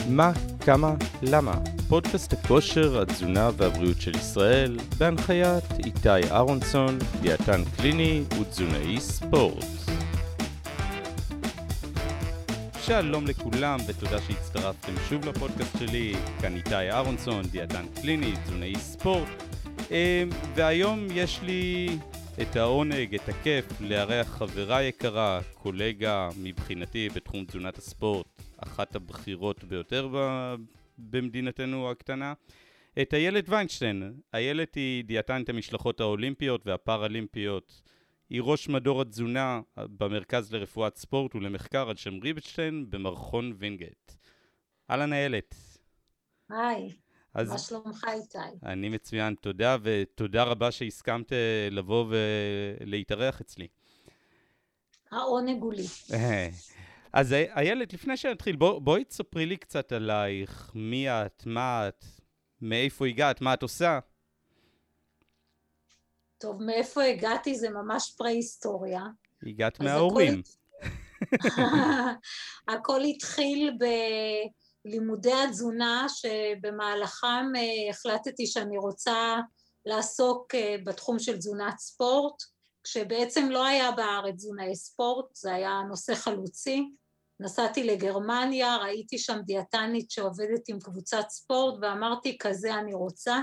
מה, כמה, למה? פודקאסט הכושר, התזונה והבריאות של ישראל, בהנחיית איתי אהרונסון, דיאטן קליני ותזונאי ספורט. שלום לכולם ותודה שהצטרפתם שוב לפודקאסט שלי, כאן איתי אהרונסון, דיאטן קליני, תזונאי ספורט. והיום יש לי את העונג, את הכיף, לארח חברה יקרה, קולגה מבחינתי בתחום תזונת הספורט, אחת הבכירות ביותר במדינתנו הקטנה, את איילת ויינשטיין. איילת היא דיאטנית המשלחות האולימפיות והפראלימפיות. היא ראש מדור התזונה במרכז לרפואת ספורט ולמחקר על שם ריבנשטיין במכון וינגייט. אהלן איילת. היי, מה שלומך איתי? אני מצוין, תודה, ותודה רבה שהסכמת לבוא ולהתארח אצלי. העונג הוא לי. אז איילת, לפני שנתחיל, בואי תספרי לי קצת עלייך, מי את, מה את, מאיפה הגעת, מה את עושה? טוב, מאיפה הגעתי זה ממש פרה-היסטוריה. הגעת מההורים. הכל התחיל בלימודי התזונה, שבמהלכם החלטתי שאני רוצה לעסוק בתחום של תזונת ספורט, כשבעצם לא היה בארץ תזונאי ספורט, זה היה נושא חלוצי. נסעתי לגרמניה, ראיתי שם דיאטנית שעובדת עם קבוצת ספורט, ואמרתי כזה אני רוצה.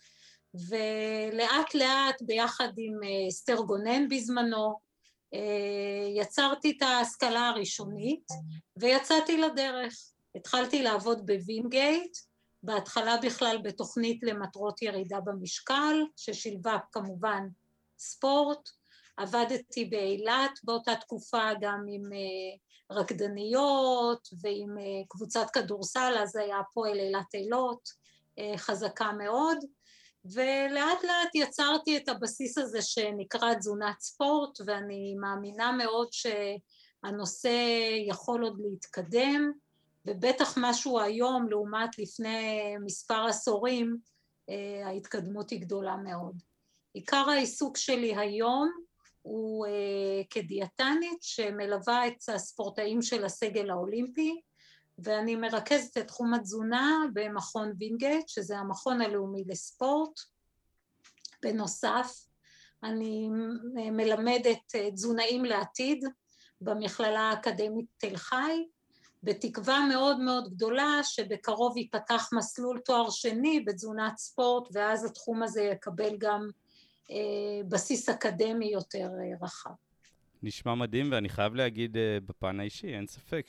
ולאט לאט ביחד עם אסתר גונן בזמנו, יצרתי את ההשכלה הראשונית, ויצאתי לדרך. התחלתי לעבוד בווינגייט, בהתחלה בכלל בתוכנית למטרות ירידה במשקל, ששילבה כמובן ספורט, עבדתי באילת באותה תקופה גם עם רקדניות ועם קבוצת כדורסל, אז היה הפועל אילת אילות, חזקה מאוד, ולאט לאט יצרתי את הבסיס הזה שנקרא תזונת ספורט, ואני מאמינה מאוד שהנושא יכול עוד להתקדם, ובטח משהו היום לעומת לפני מספר עשורים, ההתקדמות היא גדולה מאוד. עיקר העיסוק שלי היום הוא כדיאטנית שמלווה את הספורטאים של הסגל האולימפי, ואני מרכזת את תחום התזונה במכון וינגייט, שזה המכון הלאומי לספורט. בנוסף, אני מלמדת תזונאים לעתיד במכללה האקדמית תל חי, בתקווה מאוד מאוד גדולה שבקרוב ייפתח מסלול תואר שני בתזונת ספורט, ואז התחום הזה יקבל גם בסיס אקדמי יותר רחב. נשמע מדהים, ואני חייב להגיד בפן האישי, אין ספק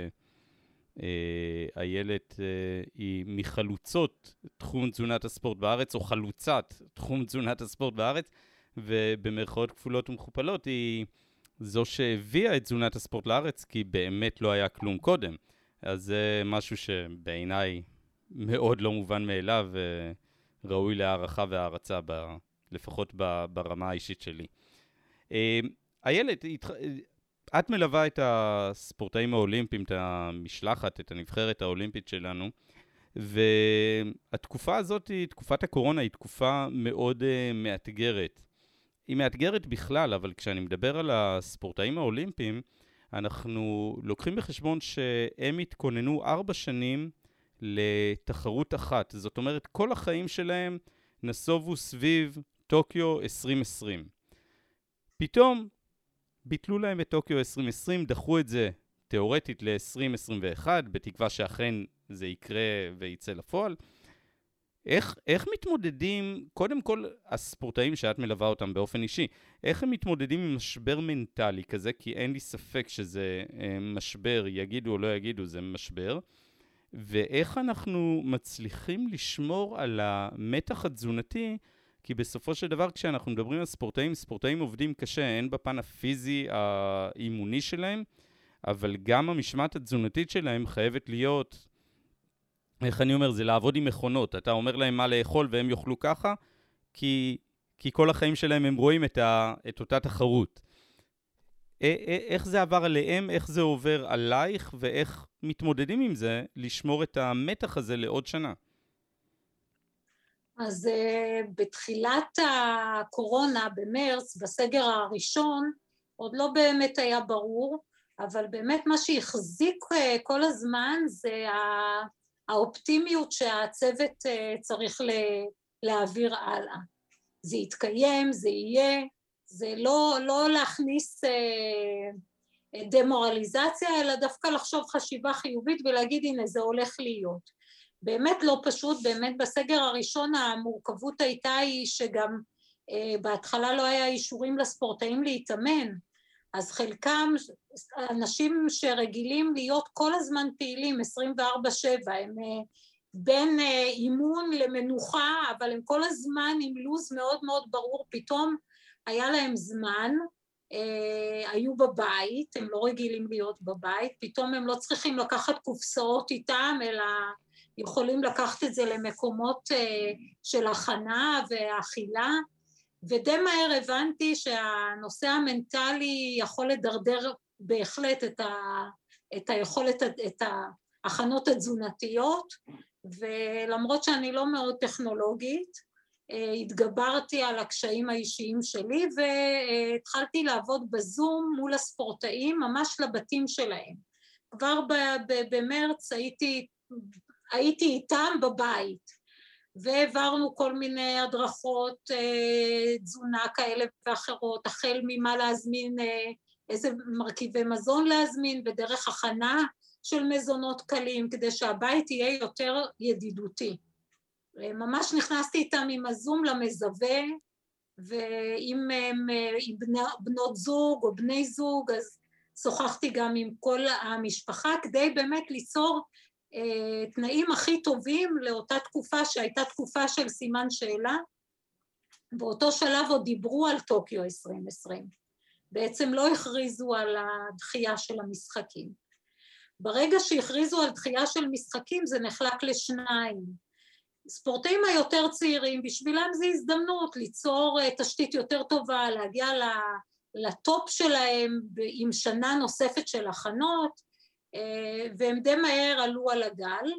איילת היא מחלוצות תחום תזונת הספורט בארץ, או חלוצת תחום תזונת הספורט בארץ, ובמרכאות כפולות ומכופלות היא זו שהביאה את תזונת הספורט לארץ, כי באמת לא היה כלום קודם. אז זה משהו שבעיניי מאוד לא מובן מאליו, וראוי להערכה והערצה, לפחות ברמה האישית שלי. איילת, את מלווה את הספורטאים האולימפיים, את המשלחת, את הנבחרת האולימפית שלנו, והתקופה הזאת, תקופת הקורונה, היא תקופה מאוד מאתגרת. היא מאתגרת בכלל, אבל כשאני מדבר על הספורטאים האולימפיים, אנחנו לוקחים בחשבון שהם התכוננו 4 שנים לתחרות אחת. זאת אומרת, כל החיים שלהם נסובו סביב טוקיו 2020. פתאום ביטלו להם את טוקיו 2020, דחו את זה תיאורטית ל-2021, בתקווה שאכן זה יקרה וייצא לפועל. איך מתמודדים, קודם כל הספורטאים שאת מלווה אותם באופן אישי, איך הם מתמודדים עם משבר מנטלי כזה, כי אין לי ספק שזה משבר, יגידו או לא יגידו, זה משבר, ואיך אנחנו מצליחים לשמור על המתח התזונתי, כי בסופו של דבר כשאנחנו מדברים על ספורטאים עובדים קשה, אין בפן הפיזי האימוני שלהם, אבל גם המשמעת התזונתית שלהם חייבת להיות, איך אני אומר, זה לעבוד עם מכונות. אתה אומר להם מה לאכול והם יאכלו ככה, כי כל החיים שלהם הם רואים את אותה תחרות. איך זה עבר עליהם, איך זה עובר עלייך, ואיך מתמודדים עם זה, לשמור את המתח הזה לעוד שנה? אז בתחילת הקורונה, במרץ, בסגר הראשון, עוד לא באמת היה ברור, אבל באמת מה שהחזיק כל הזמן זה האופטימיות שהצוות צריך להעביר הלאה. זה יתקיים, זה יהיה, זה לא להכניס דמורליזציה, אלא דווקא לחשוב חשיבה חיובית ולהגיד הנה זה הולך להיות. באמת לא פשוט, באמת בסגר הראשון המורכבות הייתה היא שגם בהתחלה לא היה אישורים לספורטאים להתאמן, אז חלקם אנשים שרגילים להיות כל הזמן פעילים 24/7, הם בין אימון למנוחה, אבל הם כל הזמן עם לוז מאוד מאוד ברור, פתאום היה להם זמן, היו בבית, הם לא רגילים להיות בבית, פתאום הם לא צריכים לקחת קופסאות איתם, אלא יכולים לקחת את זה למקומות של הכנה והאכילה, ודי מהר הבנתי שהנושא המנטלי יכול לדרדר בהחלט את היכולת, את ההכנות התזונתיות, ולמרות שאני לא מאוד טכנולוגית, התגברתי על הקשיים האישיים שלי, והתחלתי לעבוד בזום מול הספורטאים, ממש לבתים שלהם. כבר במרץ הייתי איתם בבית, והעברנו כל מיני הדרכות תזונה כאלה ואחרות, החל ממה להזמין, איזה מרכיבי מזון להזמין, ודרך הכנה של מזונות קלים, כדי שהבית יהיה יותר ידידותי. ממש נכנסתי איתם עם הזום למזווה, ועם בנות זוג או בני זוג, אז שוחחתי גם עם כל המשפחה, כדי באמת ליצור תנאים הכי טובים לאותה תקופה שהייתה תקופה של סימן שאלה. באותו שלב עוד דיברו על טוקיו 2020, בעצם לא הכריזו על הדחייה של המשחקים. ברגע שהכריזו על דחייה של משחקים זה נחלק לשניים. ספורטאים היותר צעירים, בשבילם זה הזדמנות ליצור תשתית יותר טובה, להגיע לטופ שלהם עם שנה נוספת של הכנות, והם די מהר עלו על הגל,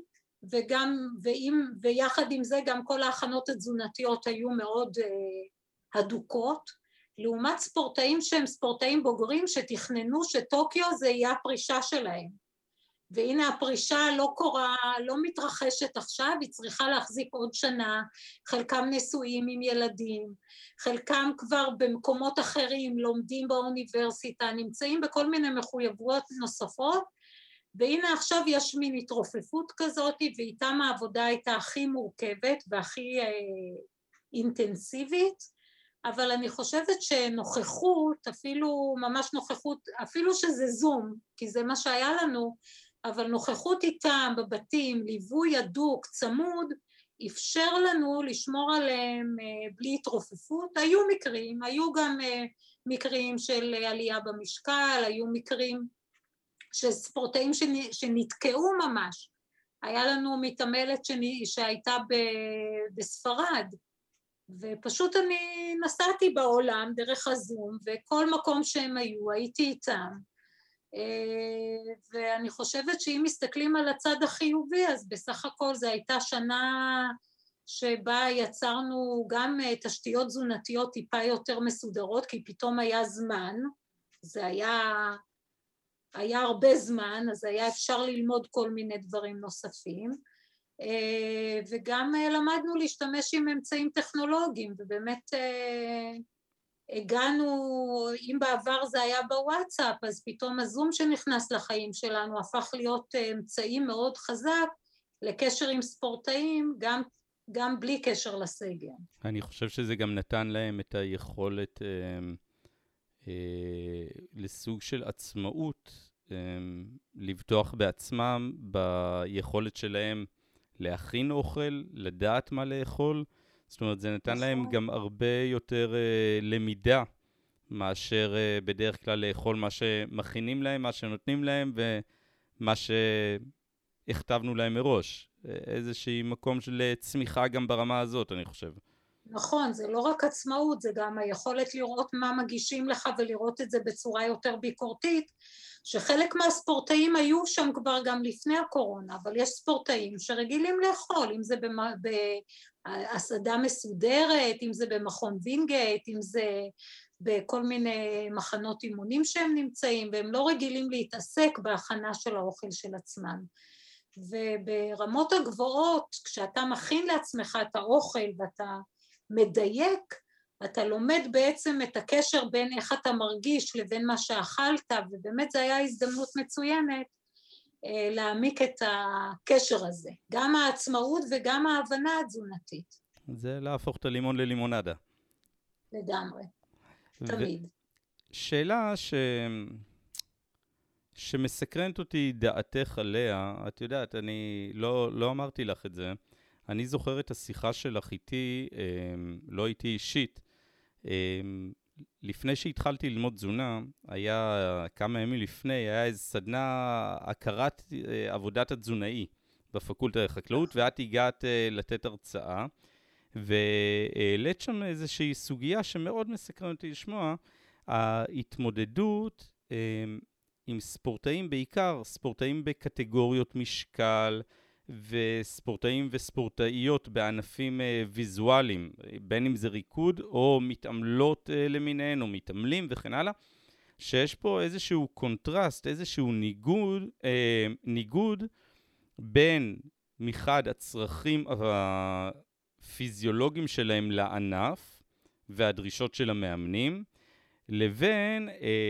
ויחד עם זה גם כל ההכנות התזונתיות היו מאוד הדוקות, לעומת ספורטאים שהם ספורטאים בוגרים שתכננו שטוקיו זה יהיה הפרישה שלהם, והנה הפרישה לא מתרחשת עכשיו, היא צריכה להחזיק עוד שנה, חלקם נשואים עם ילדים, חלקם כבר במקומות אחרים, לומדים באוניברסיטה, נמצאים בכל מיני מחויבויות נוספות, והנה עכשיו יש מין התרופפות כזאת, ואיתם העבודה הייתה הכי מורכבת והכי אינטנסיבית, אבל אני חושבת שנוכחות, אפילו ממש נוכחות, אפילו שזה זום, כי זה מה שהיה לנו, אבל נוכחות איתם בבתים, ליווי הדוק, צמוד, אפשר לנו לשמור עליהם בלי התרופפות. היו גם מקרים של עלייה במשקל, היו מקרים של ספורטאים שנתקעו ממש. היה לנו מתעמלת שהייתה בספרד, ופשוט אני נסעתי בעולם דרך הזום, וכל מקום שהם היו, הייתי איתם. ואני חושבת שאם מסתכלים על הצד החיובי, אז בסך הכל זו הייתה שנה שבה יצרנו גם תשתיות תזונתיות טיפה יותר מסודרות, כי פתאום היה זמן, זה היה הרבה זמן, אז היה אפשר ללמוד כל מיני דברים נוספים, וגם למדנו להשתמש עם אמצעים טכנולוגיים, ובאמת הגענו, אם בעבר זה היה בוואטסאפ, אז פתאום הזום שנכנס לחיים שלנו הפך להיות אמצעי מאוד חזק לקשר עם ספורטאים, גם בלי קשר לסגר. אני חושב שזה גם נתן להם את היכולת לסוג של עצמאות, לבטוח בעצמם, ביכולת שלהם להכין אוכל, לדעת מה לאכול. זאת אומרת, זה נתן להם גם הרבה יותר למידה, מאשר בדרך כלל לאכול מה שמכינים להם, מה שנותנים להם, ומה שהכתבנו להם מראש. איזושהי מקום של צמיחה גם ברמה הזאת, אני חושב. נכון, זה לא רק עצמאות, זה גם היכולת לראות מה מגישים לך ולראות את זה בצורה יותר ביקורתית, שחלק מהספורטאים היו שם כבר גם לפני הקורונה, אבל יש ספורטאים שרגילים לאכול, אם זה בהסעדה מסודרת, אם זה במכון וינגייט, אם זה בכל מיני מחנות אימונים שהם נמצאים, והם לא רגילים להתעסק בהכנה של האוכל של עצמם. וברמות הגבוהות, כשאתה מכין לעצמך את האוכל ואתה מדייק, אתה לומד בעצם את הקשר בין איך אתה מרגיש לבין מה שאכלת, ובאמת זו הייתה הזדמנות מצוינת להעמיק את הקשר הזה, גם העצמאות וגם ההבנה התזונתית. זה להפוך את הלימון ללימונדה. לגמרי, תמיד. שאלה שמסקרנת אותי דעתך עליה, את יודעת, אני לא אמרתי לך את זה, אני זוכר את השיחה שלך איתי, לא איתי אישית, לפני שהתחלתי ללמוד תזונה, היה כמה ימים לפני, היה איזו סדנה הכרת עבודת התזונאי בפקולטה לחקלאות, ואת הגעת לתת הרצאה, והעלית שם איזושהי סוגיה שמאוד מסקרנת אותי לשמוע, ההתמודדות עם ספורטאים, בעיקר ספורטאים בקטגוריות משקל, וספורטאים וספורטאיות בענפים ויזואליים, בין אם זה ריקוד או מתעמלות למיניהן או מתעמלים וכן הלאה, שיש פה איזשהו קונטרסט, איזשהו ניגוד בין מחד הצרכים הפיזיולוגיים שלהם לענף והדרישות של המאמנים, לבין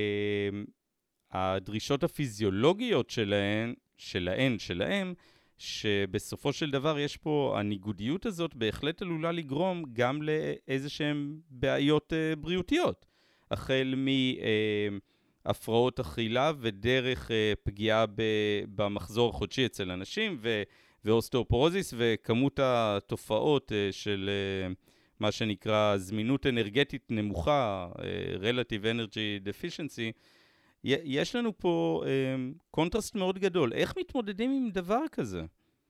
הדרישות הפיזיולוגיות שלהם, שבסופו של דבר יש פה, הניגודיות הזאת בהחלט עלולה לגרום גם לאיזשהם בעיות בריאותיות, החל מהפרעות אכילה ודרך פגיעה במחזור החודשי אצל אנשים ואוסטאופורוזיס, וכמות התופעות של מה שנקרא זמינות אנרגטית נמוכה, Relative Energy Deficiency, יש לנו פה קונטרסט מאוד גדול. איך מתמודדים עם דבר כזה?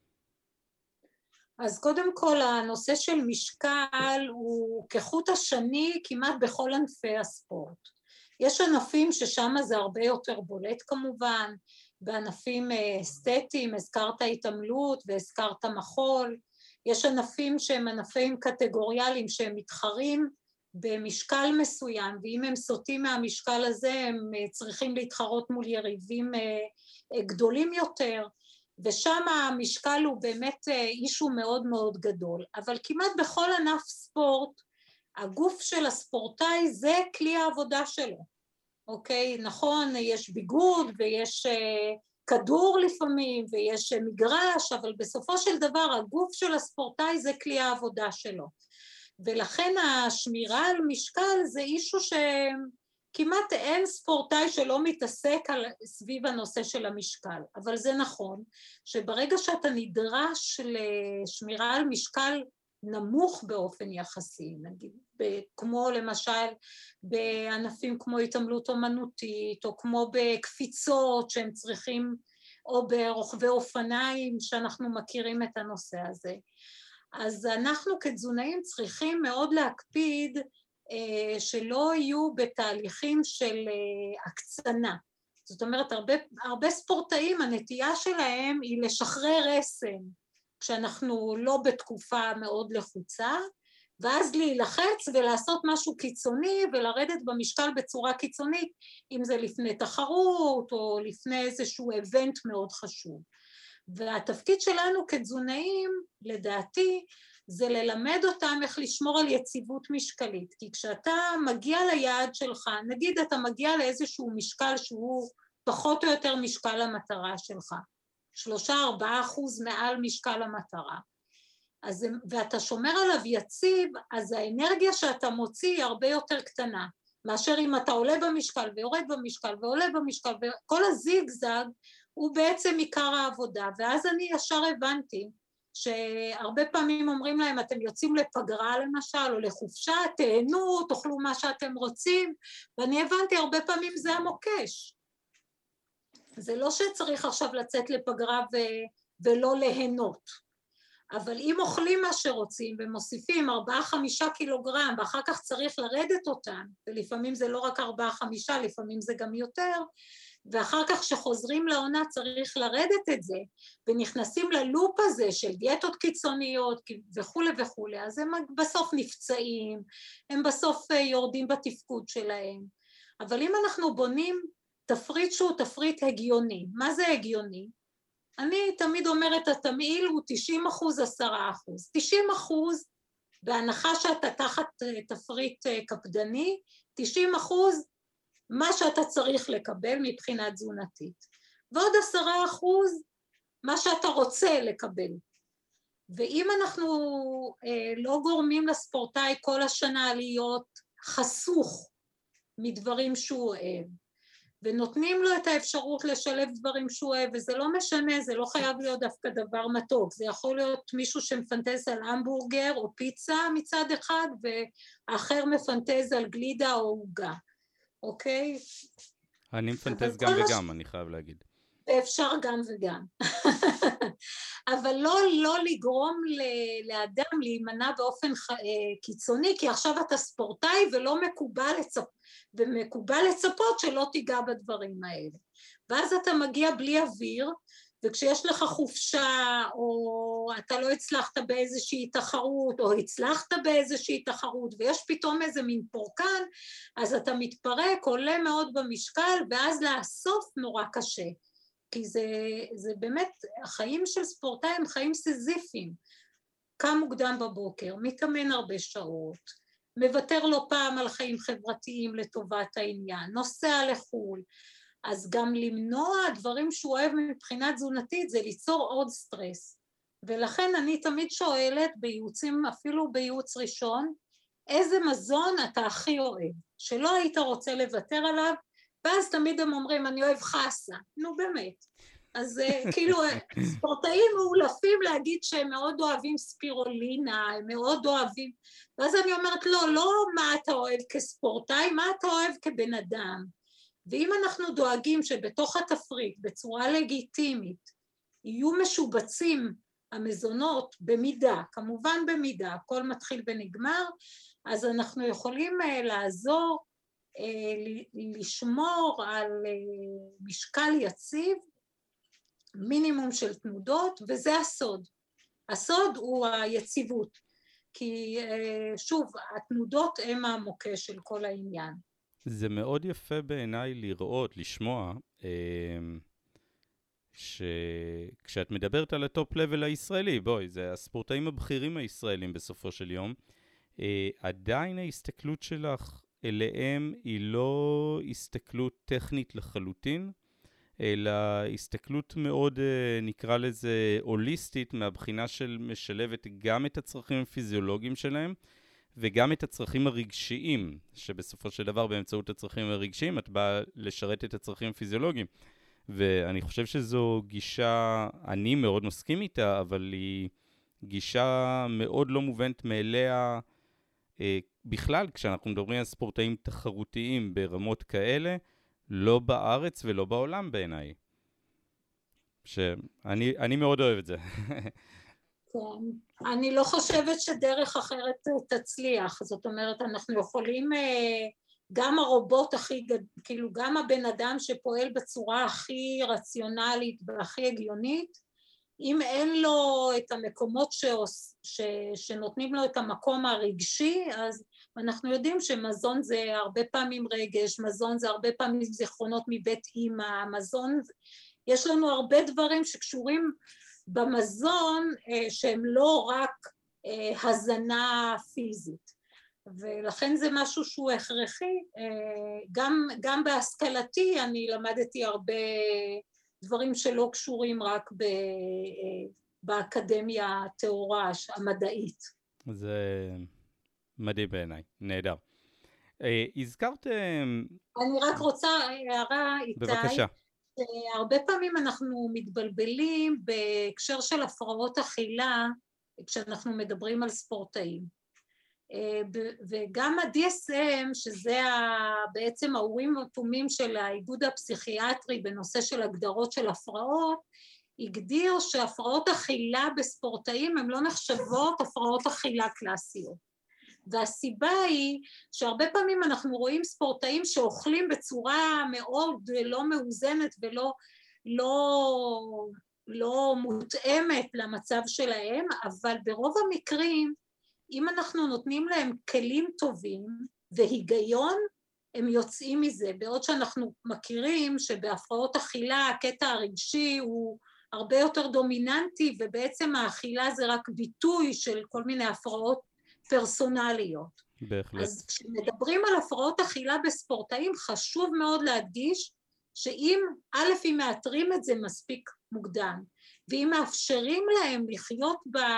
אז קודם כל, הנושא של משקל הוא כחוט השני כמעט בכל ענפי הספורט. יש ענפים ששם זה הרבה יותר בולט כמובן, בענפים אסתטיים, הזכרת התעמלות והזכרת מחול, יש ענפים שהם ענפים קטגוריאליים שהם מתחרים במשקל מסוים, ואם הם סוטים מהמשקל הזה הם צריכים להתחרות מול יריבים גדולים יותר, ושם המשקל הוא באמת אישו מאוד מאוד גדול. אבל כמעט בכל ענף ספורט, הגוף של הספורטאי זה כלי העבודה שלו, אוקיי? נכון, יש ביגוד ויש כדור לפעמים ויש מגרש, אבל בסופו של דבר הגוף של הספורטאי זה כלי העבודה שלו. ולכן השמירה על משקל זה אישו שכמעט אין ספורטאי שלא מתעסק סביב הנושא של המשקל. אבל זה נכון שברגע שאתה נדרש לשמירה על משקל נמוך באופן יחסי, נגיד, כמו למשל בענפים כמו התעמלות אומנותית, או כמו בקפיצות שהם צריכים, או ברוכבי אופניים שאנחנו מכירים את הנושא הזה. אז אנחנו כתזונאים צריכים מאוד להקפיד שלא יהיו בתהליכים של הקצנה. זאת אומרת, הרבה ספורטאים, הנטייה שלהם היא לשחרר רסן, כשאנחנו לא בתקופה מאוד לחוצה, ואז להילחץ ולעשות משהו קיצוני ולרדת במשקל בצורה קיצונית, אם זה לפני תחרות או לפני איזשהו איבנט מאוד חשוב. והתפקיד שלנו כתזונאים, לדעתי, זה ללמד אותם איך לשמור על יציבות משקלית. כי כשאתה מגיע ליעד שלך, נגיד אתה מגיע לאיזשהו משקל שהוא פחות או יותר משקל המטרה שלך, 3-4% מעל משקל המטרה, אז, ואתה שומר עליו יציב, אז האנרגיה שאתה מוציא היא הרבה יותר קטנה, מאשר אם אתה עולה במשקל ויורד במשקל ועולה במשקל, וכל הזיגזג הוא בעצם עיקר העבודה. ואז אני ישר הבנתי שהרבה פעמים אומרים להם, אתם יוצאים לפגרה למשל, או לחופשה, תהנו, תאכלו מה שאתם רוצים, ואני הבנתי הרבה פעמים זה המוקש. זה לא שצריך עכשיו לצאת לפגרה ולא ליהנות. אבל אם אוכלים מה שרוצים ומוסיפים 4-5 קילוגרם, ואחר כך צריך לרדת אותם, ולפעמים זה לא רק 4-5, לפעמים זה גם יותר, ואחר כך שחוזרים לעונה צריך לרדת את זה, ונכנסים ללופ הזה של דיאטות קיצוניות וכו' וכו', אז הם בסוף נפצעים, הם בסוף יורדים בתפקוד שלהם. אבל אם אנחנו בונים תפריט שהוא תפריט הגיוני, מה זה הגיוני? אני תמיד אומרת, התמהיל הוא 90%, 10%. 90%, בהנחה שאתה תחת תפריט קפדני, 90% מה שאתה צריך לקבל מבחינה תזונתית. ועוד 10% מה שאתה רוצה לקבל. ואם אנחנו לא גורמים לספורטאי כל השנה להיות חסוך מדברים שהוא אוהב, ונותנים לו את האפשרות לשלב דברים שהוא אוהב, וזה לא משנה, זה לא חייב להיות דווקא דבר מתוק, זה יכול להיות מישהו שמפנטז על המבורגר או פיצה מצד אחד, והאחר מפנטז על גלידה או עוגה, אוקיי? אני מפנטז גם וגם, אני חייב להגיד. אפשר גם וגם. אבל לא לגרום לאדם להימנע באופן קיצוני, כי עכשיו אתה ספורטאי ולא מקובל לצפות שלא תיגע בדברים האלה. ואז אתה מגיע בלי אוויר, וכשיש לך חופשה, או אתה לא הצלחת באיזושהי תחרות, או הצלחת באיזושהי תחרות, ויש פתאום איזה מין פורקן, אז אתה מתפרק, עולה מאוד במשקל, ואז לאסוף נורא קשה. כי זה באמת, החיים של ספורטאי הם חיים סיזיפיים. קם מוקדם בבוקר, מתאמן הרבה שעות, מוותר לא פעם על חיים חברתיים לטובת העניין, נוסע לחול, אז גם למנוע דברים שהוא אוהב מבחינה תזונתית זה ליצור עוד סטרס. ולכן אני תמיד שואלת בייעוצים, אפילו בייעוץ ראשון, איזה מזון אתה הכי אוהב, שלא היית רוצה לוותר עליו, ואז תמיד הם אומרים, אני אוהב חסה. נו באמת. אז כאילו, ספורטאים מאולפים להגיד שהם מאוד אוהבים ספירולינה, הם מאוד אוהבים, ואז אני אומרת, לא מה אתה אוהב כספורטאי, מה אתה אוהב כבן אדם. ואם אנחנו דואגים שבתוך התפריט, בצורה לגיטימית, יהיו משובצים המזונות במידה, כמובן במידה, הכל מתחיל ונגמר, אז אנחנו יכולים לעזור, לשמור על משקל יציב, מינימום של תנודות, וזה הסוד. הסוד הוא היציבות, כי שוב, התנודות הם המוקש של כל העניין. זה מאוד יפה בעיניי לראות, לשמוע, שכשאת מדברת על הטופ לבל הישראלי, בואי, זה הספורטאים הבכירים הישראלים בסופו של יום, עדיין ההסתכלות שלך אליהם היא לא הסתכלות טכנית לחלוטין, אלא הסתכלות מאוד, נקרא לזה, הוליסטית, מהבחינה של משלבת גם את הצרכים הפיזיולוגיים שלהם, וגם את הצרכים הרגשיים, שבסופו של דבר באמצעות הצרכים הרגשיים, את באה לשרת את הצרכים הפיזיולוגיים. ואני חושב שזו גישה, אני מאוד מסכים איתה, אבל היא גישה מאוד לא מובנת מאליה, בכלל, כשאנחנו מדברים על ספורטאים תחרותיים ברמות כאלה, לא בארץ ולא בעולם בעיניי. שאני מאוד אוהב את זה. כן, אני לא חושבת שדרך אחרת תצליח, זאת אומרת, אנחנו יכולים, גם הרובוט הכי, כאילו גם הבן אדם שפועל בצורה הכי רציונלית והכי הגיונית, אם אין לו את המקומות שנותנים לו את המקום הרגשי, אז אנחנו יודעים שמזון זה הרבה פעמים רגש, מזון זה הרבה פעמים זיכרונות מבית אמא, מזון, יש לנו הרבה דברים שקשורים במזון שהם לא רק הזנה פיזית, ולכן זה משהו שהוא הכרחי. גם בהשכלתי אני למדתי הרבה דברים שלא קשורים רק באקדמיה התאורה המדעית. זה מדהים בעיניי, נהדר. הזכרת... אני רק רוצה הערה איתי. בבקשה. הרבה פעמים אנחנו מתבלבלים בהקשר של הפרעות אכילה, כשאנחנו מדברים על ספורטאים. וגם ה-DSM, שזה בעצם האורים ותומים של האיגוד הפסיכיאטרי בנושא של הגדרות של הפרעות, הגדיר שהפרעות אכילה בספורטאים הן לא נחשבות הפרעות אכילה קלאסיות. והסיבה היא שהרבה פעמים אנחנו רואים ספורטאים שאוכלים בצורה מאוד לא מאוזנת ולא לא מותאמת למצב שלהם, אבל ברוב המקרים, אם אנחנו נותנים להם כלים טובים והיגיון, הם יוצאים מזה, בעוד שאנחנו מכירים שבהפרעות אכילה הקטע הרגשי הוא הרבה יותר דומיננטי, ובעצם האכילה זה רק ביטוי של כל מיני הפרעות פרסונליות. בהחלט. אז כשמדברים על הפרעות אכילה בספורטאים, חשוב מאוד להדגיש שאם אם מאתרים את זה מספיק מוקדם, ואם מאפשרים להם לחיות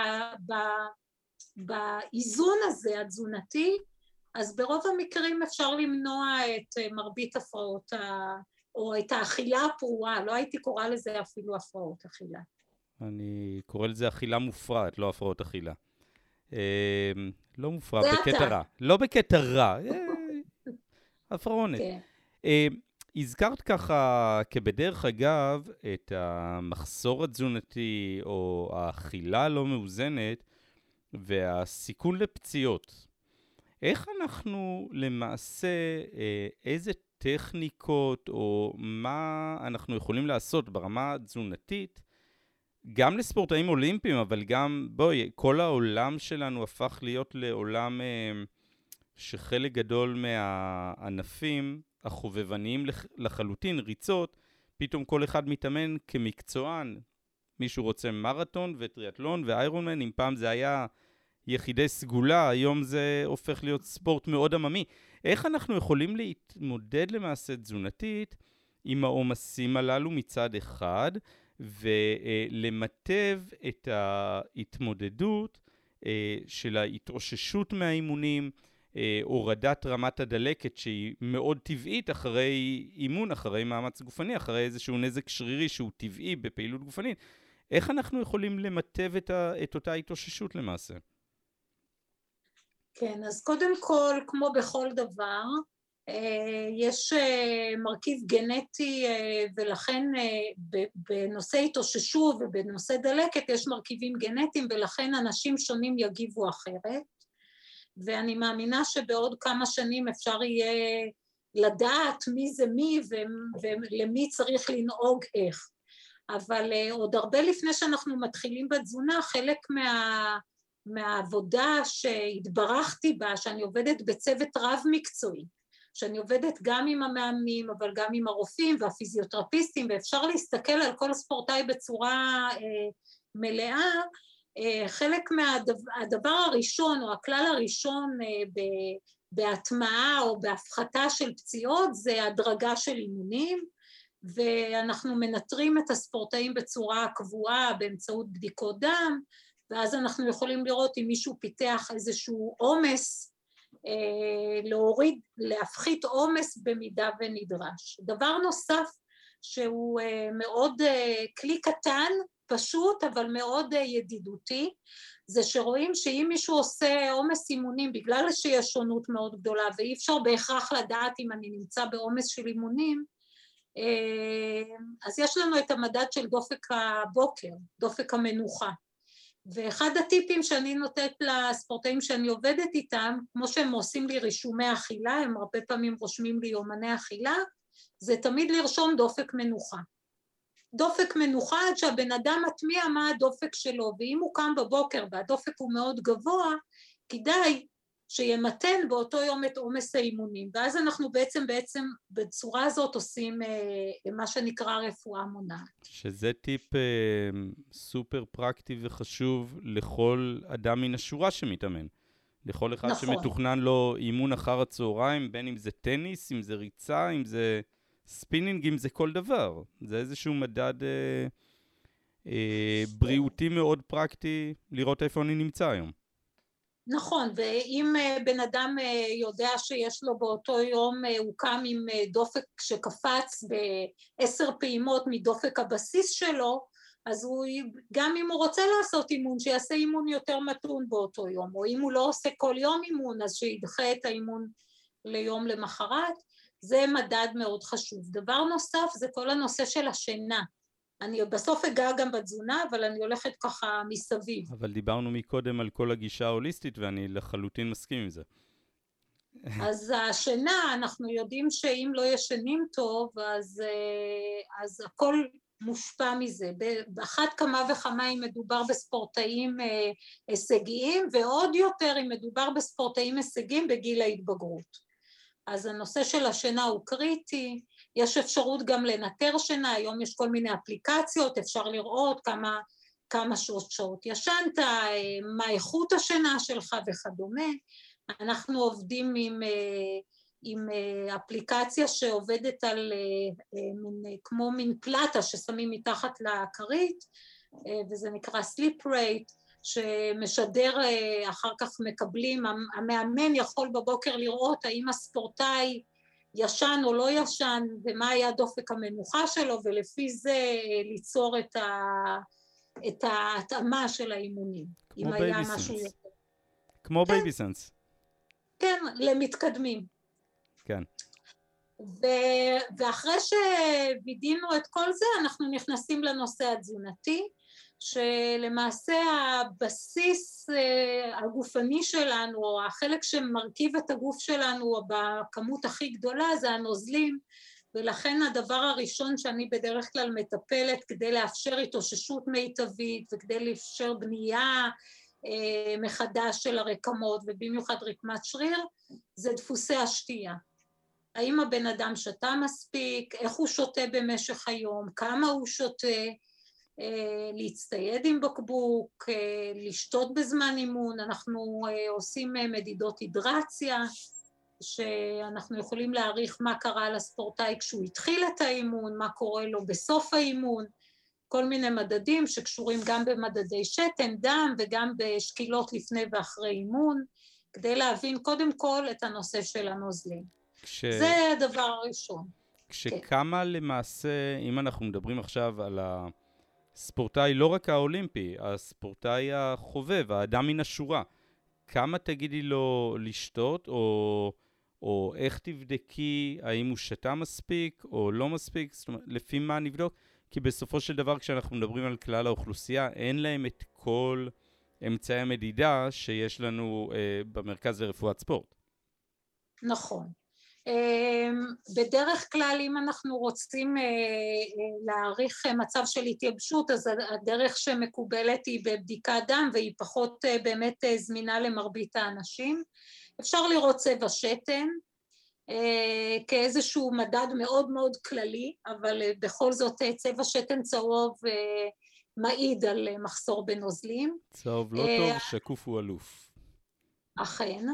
באיזון הזה התזונתי, אז ברוב המקרים אפשר למנוע את מרבית הפרעות, או את האכילה הפרועה, לא הייתי קוראה לזה אפילו הפרעות אכילה. אני קורא לזה אכילה מופרעת, לא הפרעות אכילה. לא מופרע, זה בקטע אתה. רע. לא בקטע רע, הפרעונת. כן. הזכרת ככה, כבדרך אגב, את המחסור התזונתי, או האכילה הלא מאוזנת, והסיכון לפציעות. איך אנחנו למעשה, איזה טכניקות, או מה אנחנו יכולים לעשות ברמה התזונתית, גם לספורטאים אולימפיים, אבל גם, בואי, כל העולם שלנו הפך להיות לעולם שחלק גדול מהענפים החובבניים לחלוטין, ריצות, פתאום כל אחד מתאמן כמקצוען. מישהו רוצה מרתון וטריאטלון ואיירונמן, אם פעם זה היה יחידי סגולה, היום זה הופך להיות ספורט מאוד עממי. איך אנחנו יכולים להתמודד למעשה תזונתית עם העומסים הללו מצד אחד, ולמטב את ההתמודדות של ההתאוששות מהאימונים, הורדת רמת הדלקת שהיא מאוד טבעית אחרי אימון, אחרי מאמץ גופני, אחרי איזשהו נזק שרירי שהוא טבעי בפעילות גופנית. איך אנחנו יכולים למטב את אותה התאוששות למעשה? כן, אז קודם כל, כמו בכל דבר, יש מרכיב גנטי, ולכן בנושא התאוששות ובנושא דלקת יש מרכיבים גנטיים, ולכן אנשים שונים יגיבו אחרת. ואני מאמינה שבעוד כמה שנים אפשר יהיה לדעת מי זה מי ולמי צריך לנהוג איך. אבל עוד הרבה לפני שאנחנו מתחילים בתזונה, חלק מהעבודה שהתברכתי בה, שאני עובדת בצוות רב מקצועי, שאני עובדת גם עם המאמנים, אבל גם עם הרופאים והפיזיותרפיסטים, ואפשר להסתכל על כל ספורטאי בצורה מלאה. חלק מהדבר הראשון, או הכלל הראשון בהטמעה או בהפחתה של פציעות, זה הדרגה של אימונים, ואנחנו מנטרים את הספורטאים בצורה קבועה באמצעות בדיקות דם, ואז אנחנו יכולים לראות אם מישהו פיתח איזשהו עומס, להפחית עומס במידה ונדרש. דבר נוסף שהוא מאוד כלי קטן, פשוט אבל מאוד ידידותי, זה שרואים שאם מישהו עושה עומס אימונים, בגלל שיש שונות מאוד גדולה, ואי אפשר בהכרח לדעת אם אני נמצא בעומס של אימונים, אז יש לנו את המדד של דופק הבוקר, דופק המנוחה. ואחד הטיפים שאני נותנת לספורטאים שאני עובדת איתם, כמו שהם עושים לי רישומי אכילה, הם הרבה פעמים רושמים לי יומני אכילה, זה תמיד לרשום דופק מנוחה. דופק מנוחה עד שהבן אדם מטמיע מה הדופק שלו, ואם הוא קם בבוקר והדופק הוא מאוד גבוה, כדאי שימתן באותו יום את עומס האימונים, ואז אנחנו בעצם בצורה הזאת עושים מה שנקרא רפואה מונעת. שזה טיפ סופר פרקטי וחשוב לכל אדם מן השורה שמתאמן. לכל אחד נכון. שמתוכנן לו אימון אחר הצהריים, בין אם זה טניס, אם זה ריצה, אם זה ספינינג, אם זה כל דבר. זה איזשהו מדד בריאותי מאוד פרקטי לראות איפה אני נמצא היום. נכון, ואם בן אדם יודע שיש לו באותו יום, הוא קם עם דופק שקפץ ב10 פעימות מדופק הבסיס שלו, אז גם אם הוא רוצה לעשות אימון, שיעשה אימון יותר מתון באותו יום, או אם הוא לא עושה כל יום אימון, אז שידחה את האימון ליום למחרת. זה מדד מאוד חשוב. דבר נוסף זה כל הנושא של השינה. אני בסוף אגע גם בתזונה, אבל אני הולכת ככה מסביב. אבל דיברנו מקודם על כל הגישה ההוליסטית, ואני לחלוטין מסכים עם זה. אז השינה, אנחנו יודעים שאם לא ישנים טוב, אז הכל מושפע מזה. באחת כמה וכמה אם מדובר בספורטאים הישגיים, ועוד יותר אם מדובר בספורטאים הישגיים בגיל ההתבגרות. אז הנושא של השינה הוא קריטי, יש אפשרות גם לנטר שינה, היום יש כל מיני אפליקציות, אפשר לראות כמה שעות ישנת, מה איכות השינה שלך וכדומה. אנחנו עובדים עם אפליקציה שעובדת על כמו מין פלטה ששמים מתחת לכרית, וזה נקרא Sleep Rate, שמשדר, אחר כך מקבלים, המאמן יכול בבוקר לראות האם הספורטאי ישן או לא ישן, ומה היה דופק המנוחה שלו, ולפי זה ליצור את ההתאמה של האימונים. כמו בייביסנס. כמו בייביסנס. כן, למתקדמים. כן. ואחרי שווידינו את כל זה, אנחנו נכנסים לנושא התזונתי, שלמעשה הבסיס הגופני שלנו, או החלק שמרכיב את הגוף שלנו בכמות הכי גדולה, זה הנוזלים, ולכן הדבר הראשון שאני בדרך כלל מטפלת כדי לאפשר התאוששות מיטבית, וכדי לאפשר בנייה מחדש של הרקמות, ובמיוחד רקמת שריר, זה דפוסי השתייה. האם הבן אדם שתה מספיק, איך הוא שותה במשך היום, כמה הוא שותה, להצטייד עם בקבוק, לשתות בזמן אימון, אנחנו עושים מדידות הידרציה, שאנחנו יכולים להעריך מה קרה לספורטאי כשהוא התחיל את האימון, מה קורה לו בסוף האימון, כל מיני מדדים שקשורים גם במדדי שתן, דם וגם בשקילות לפני ואחרי אימון, כדי להבין קודם כל את הנושא של הנוזלים. זה הדבר הראשון. כשכמה למעשה, אם אנחנו מדברים עכשיו על הספורטאי, לא רק האולימפי, הספורטאי החובב, האדם מן השורה, כמה תגידי לו לשתות, או איך תבדקי האם הוא שתה מספיק או לא מספיק, זאת אומרת, לפי מה נבדוק? כי בסופו של דבר, כשאנחנו מדברים על כלל האוכלוסייה, אין להם את כל אמצעי המדידה שיש לנו במרכז לרפואת ספורט. נכון. בדרך כלל אם אנחנו רוצים להעריך מצב של התייבשות, אז הדרך שמקובלת היא בבדיקת דם, והיא פחות באמת זמינה למרבית האנשים. אפשר לראות צבע שתן כאיזשהו מדד מאוד מאוד כללי, אבל בכל זאת צבע שתן צהוב מעיד על מחסור בנוזלים. צהוב לא טוב, שקוף הוא אלוף. אכן.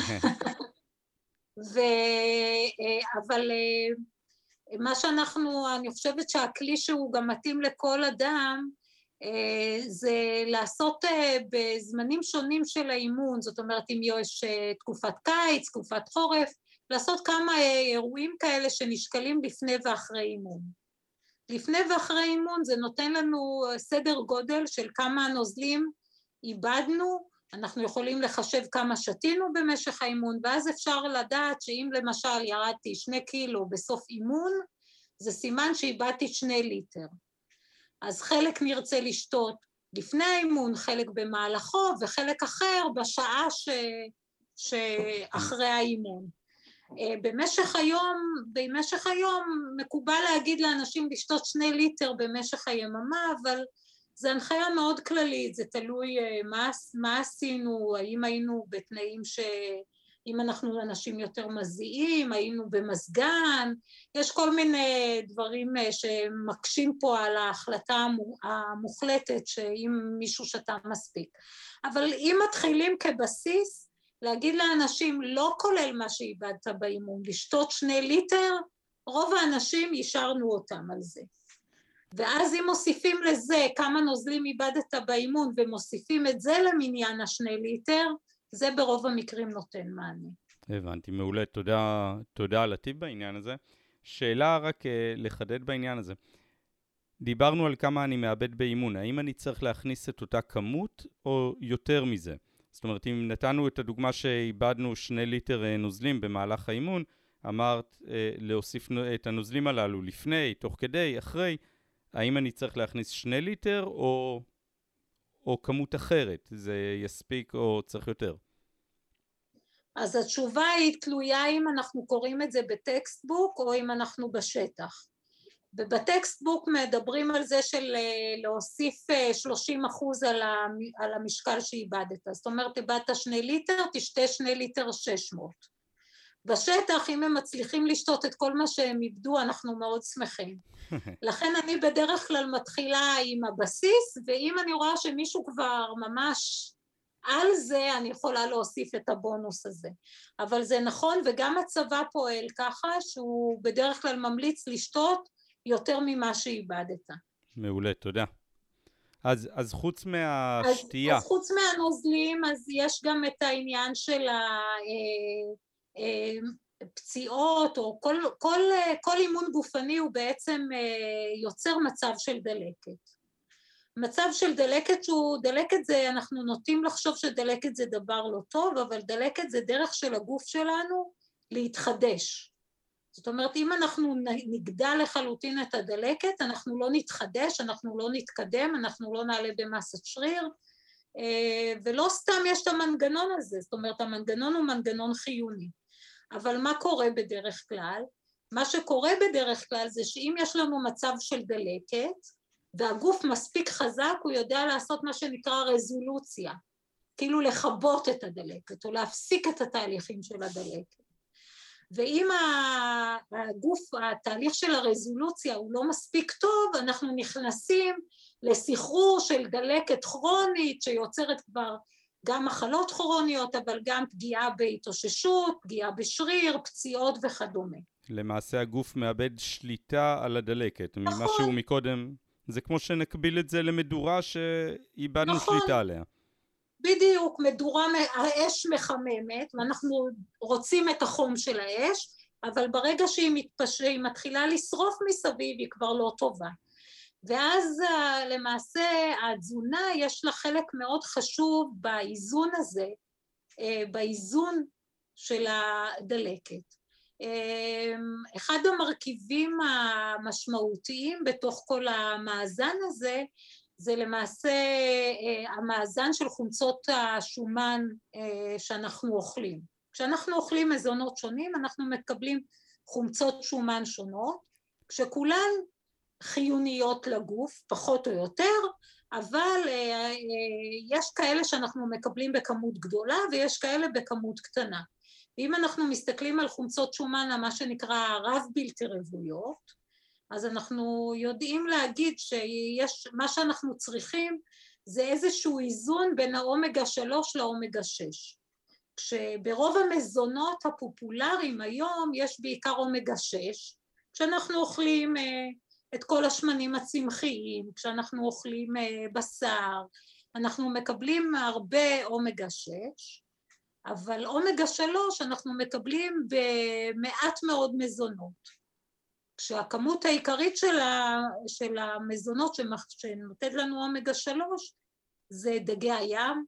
אבל מה אני חושבת שהכלי שהוא גם מתאים לכל אדם, זה לעשות בזמנים שונים של האימון, זאת אומרת אם יש תקופת קיץ, תקופת חורף, לעשות כמה אירועים כאלה שנשקלים לפני ואחרי אימון. לפני ואחרי אימון זה נותן לנו סדר גודל של כמה נוזלים איבדנו, אנחנו יכולים לחשב כמה שתינו במשך האימון, ואז אפשר לדעת שאם למשל ירדתי 2 קילו בסוף אימון, זה סימן שאיבדתי 2 ליטר. אז חלק נרצה לשתות לפני האימון, חלק במהלכו, וחלק אחר בשעה שאחרי האימון. במשך היום מקובל להגיד לאנשים לשתות 2 ליטר במשך היממה, אבל זה הנחיה מאוד כללית, זה תלוי מה עשינו, האם היינו בתנאים אם אנחנו אנשים יותר מזיעים, היינו במזגן, יש כל מיני דברים שמקשים פה על ההחלטה המוחלטת שאם מישהו שתה מספיק. אבל אם מתחילים כבסיס, להגיד לאנשים לא כולל מה שאיבדת באימון, לשתות 2 ליטר, רוב האנשים יישרנו אותם על זה. ואז אם מוסיפים לזה כמה נוזלים איבדת באימון ומוסיפים את זה למניין 2 ליטר, זה ברוב המקרים נותן מענה. הבנתי, מעולה. תודה על הטיפ בעניין הזה. שאלה רק לחדד בעניין הזה. דיברנו על כמה אני מאבד באימון. האם אני צריך להכניס את אותה כמות או יותר מזה? זאת אומרת, אם נתנו את הדוגמה שאיבדנו 2 ליטר נוזלים במהלך האימון, אמרת להוסיף את הנוזלים הללו לפני, תוך כדי, אחרי, האם אני צריך להכניס 2 ליטר או כמות אחרת? זה יספיק או צריך יותר? אז התשובה היא תלויה אם אנחנו קוראים את זה בטקסטבוק או אם אנחנו בשטח. ובטקסטבוק מדברים על זה של להוסיף 30% על המשקל שאיבדת. זאת אומרת, איבדת 2 ליטר, תשתה 2 ליטר 600. בשטח, אם הם מצליחים לשתות את כל מה שהם איבדו, אנחנו מאוד שמחים. לכן אני בדרך כלל מתחילה עם הבסיס, ואם אני רואה שמישהו כבר ממש על זה, אני יכולה להוסיף את הבונוס הזה. אבל זה נכון, וגם הצבא פועל ככה, שהוא בדרך כלל ממליץ לשתות יותר ממה שאיבדת. מעולה, תודה. אז חוץ מהשתייה. אז חוץ מהנוזלים, אז יש גם את העניין של הפציעות, או כל אימון גופני הוא בעצם יוצר מצב של דלקת. מצב של דלקת דלקת זה, אנחנו נוטים לחשוב שדלקת זה דבר לא טוב, אבל דלקת זה דרך של הגוף שלנו להתחדש. זאת אומרת, אם אנחנו נגדל לחלוטין את הדלקת, אנחנו לא נתחדש, אנחנו לא נתקדם, אנחנו לא נעלה במסת שריר, ולא סתם יש את המנגנון הזה, זאת אומרת, המנגנון הוא מנגנון חיוני. אבל מה קורה בדרך כלל? מה שקורה בדרך כלל זה שאם יש לנו מצב של דלקת, והגוף מספיק חזק, הוא יודע לעשות מה שנקרא רזולוציה, כאילו לכבות את הדלקת, או להפסיק את התהליכים של הדלקת. ואם הגוף, התהליך של הרזולוציה הוא לא מספיק טוב, אנחנו נכנסים לסחרור של דלקת כרונית, שיוצרת כבר גם מחלות כרוניות, אבל גם פגיעה בהתאוששות, פגיעה בשריר, פציעות וכדומה. למעשה הגוף מאבד שליטה על הדלקת. נכון. ממה שהוא מקודם, זה כמו שנקביל את זה למדורה שאיבדנו נכון. שליטה עליה. בדיוק, מדורה, האש מחממת, ואנחנו רוצים את החום של האש, אבל ברגע שהיא מתחילה לשרוף מסביב, היא כבר לא טובה. ואז למעשה התזונה יש לה חלק מאוד חשוב באיזון הזה, באיזון של הדלקת. אחד המרכיבים המשמעותיים בתוך כל המאזן הזה, זה למעשה המאזן של חומצות השומן שאנחנו אוכלים. כשאנחנו אוכלים מזונות שונים, אנחנו מקבלים חומצות שומן שונות, כשכולן חיוניות לגוף, פחות או יותר, אבל יש כאלה שאנחנו מקבלים בכמות גדולה, ויש כאלה בכמות קטנה. ואם אנחנו מסתכלים על חומצות שומן, מה שנקרא רב בלתי רוויות, אז אנחנו יודעים להגיד שיש, מה שאנחנו צריכים זה איזשהו איזון בין האומגה 3 לאומגה 6. כשברוב המזונות הפופולריים היום יש בעיקר אומגה 6, כשאנחנו אוכלים את כל השמנים הצמחיים, כשאנחנו אוכלים בשר, אנחנו מקבלים הרבה אומגה 6, אבל אומגה 3 אנחנו מקבלים במעט מאוד מזונות. כשהכמות העיקרית של המזונות שנותנת לנו אומגה 3 זה דגי הים,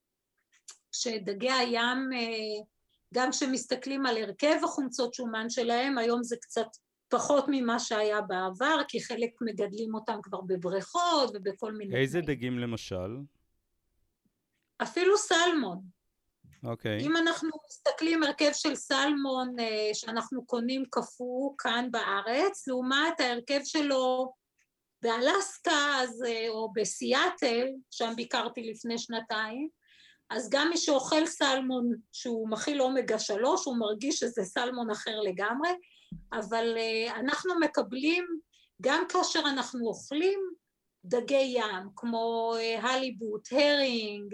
שדגי הים, גם כשמסתכלים על הרכב החומצות שומן שלהם, היום זה קצת פחות ממה שהיה בעבר, כי חלק מגדלים אותם כבר בבריכות ובכל מיני... איזה דגים למשל? אפילו סלמון. אוקיי. אם אנחנו מסתכלים הרכב של סלמון שאנחנו קונים קפוא כאן בארץ, לעומת ההרכב שלו באלסקה או בסיאטל, שם ביקרתי לפני שנתיים, אז גם מי שאוכל סלמון שהוא מכיל אומגה 3, הוא מרגיש שזה סלמון אחר לגמרי, אבל אנחנו מקבלים, גם כאשר אנחנו אוכלים דגי ים, כמו הליבוט, הרינג,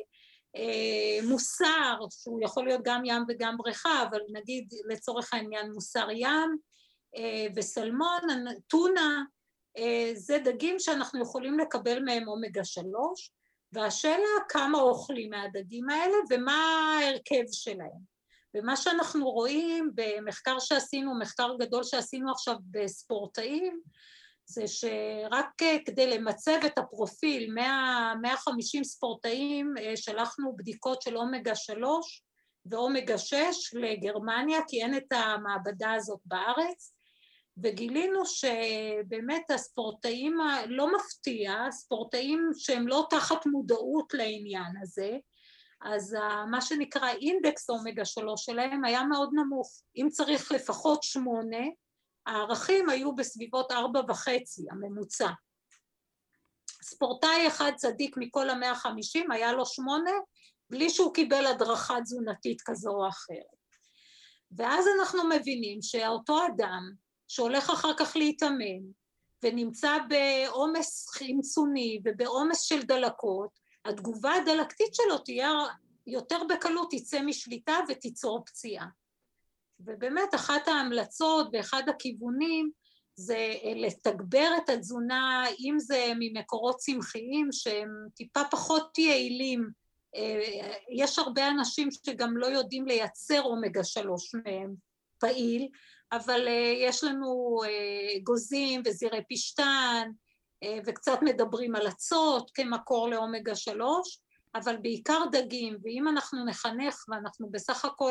מוסר, שהוא יכול להיות גם ים וגם בריכה, אבל נגיד לצורך העניין מוסר ים וסלמון, טונה, זה דגים שאנחנו יכולים לקבל מהם אומגה 3, והשאלה כמה אוכלים מהדגים האלה ומה ההרכב שלהם. ומה שאנחנו רואים במחקר שעשינו, מחקר גדול שעשינו עכשיו בספורטאים, זה שרק כדי למצב את הפרופיל, 150 ספורטאים, שלחנו בדיקות של אומגה 3 ואומגה 6 לגרמניה, כי אין את המעבדה הזאת בארץ, וגילינו שבאמת הספורטאים, לא מפתיע, ספורטאים שהם לא תחת מודעות לעניין הזה, אז מה שנקרא אינדקס אומגה 3 שלהם היה מאוד נמוך. אם צריך לפחות 8, הערכים היו בסביבות 4.5, הממוצע. ספורטאי אחד צדיק מכל ה-150, היה לו 8, בלי שהוא קיבל הדרכה תזונתית כזו או אחרת. ואז אנחנו מבינים שאותו אדם שהולך אחר כך להתאמן, ונמצא בעומס חמצוני ובעומס של דלקות, התגובה הדלקתית שלו תהיה יותר בקלות, תצא משליטה ותיצור פציעה. ובאמת אחת ההמלצות ואחד הכיוונים זה לתגבר את התזונה, אם זה ממקורות צמחיים שהם טיפה פחות יעילים. יש הרבה אנשים שגם לא יודעים לייצר אומגה 3 מהם פעיל, אבל יש לנו גוזים וזירי פשטן, וקצת מדברים על אצות כמקור לאומגה 3, אבל בעיקר דגים, ואם אנחנו נחנך, ואנחנו בסך הכל,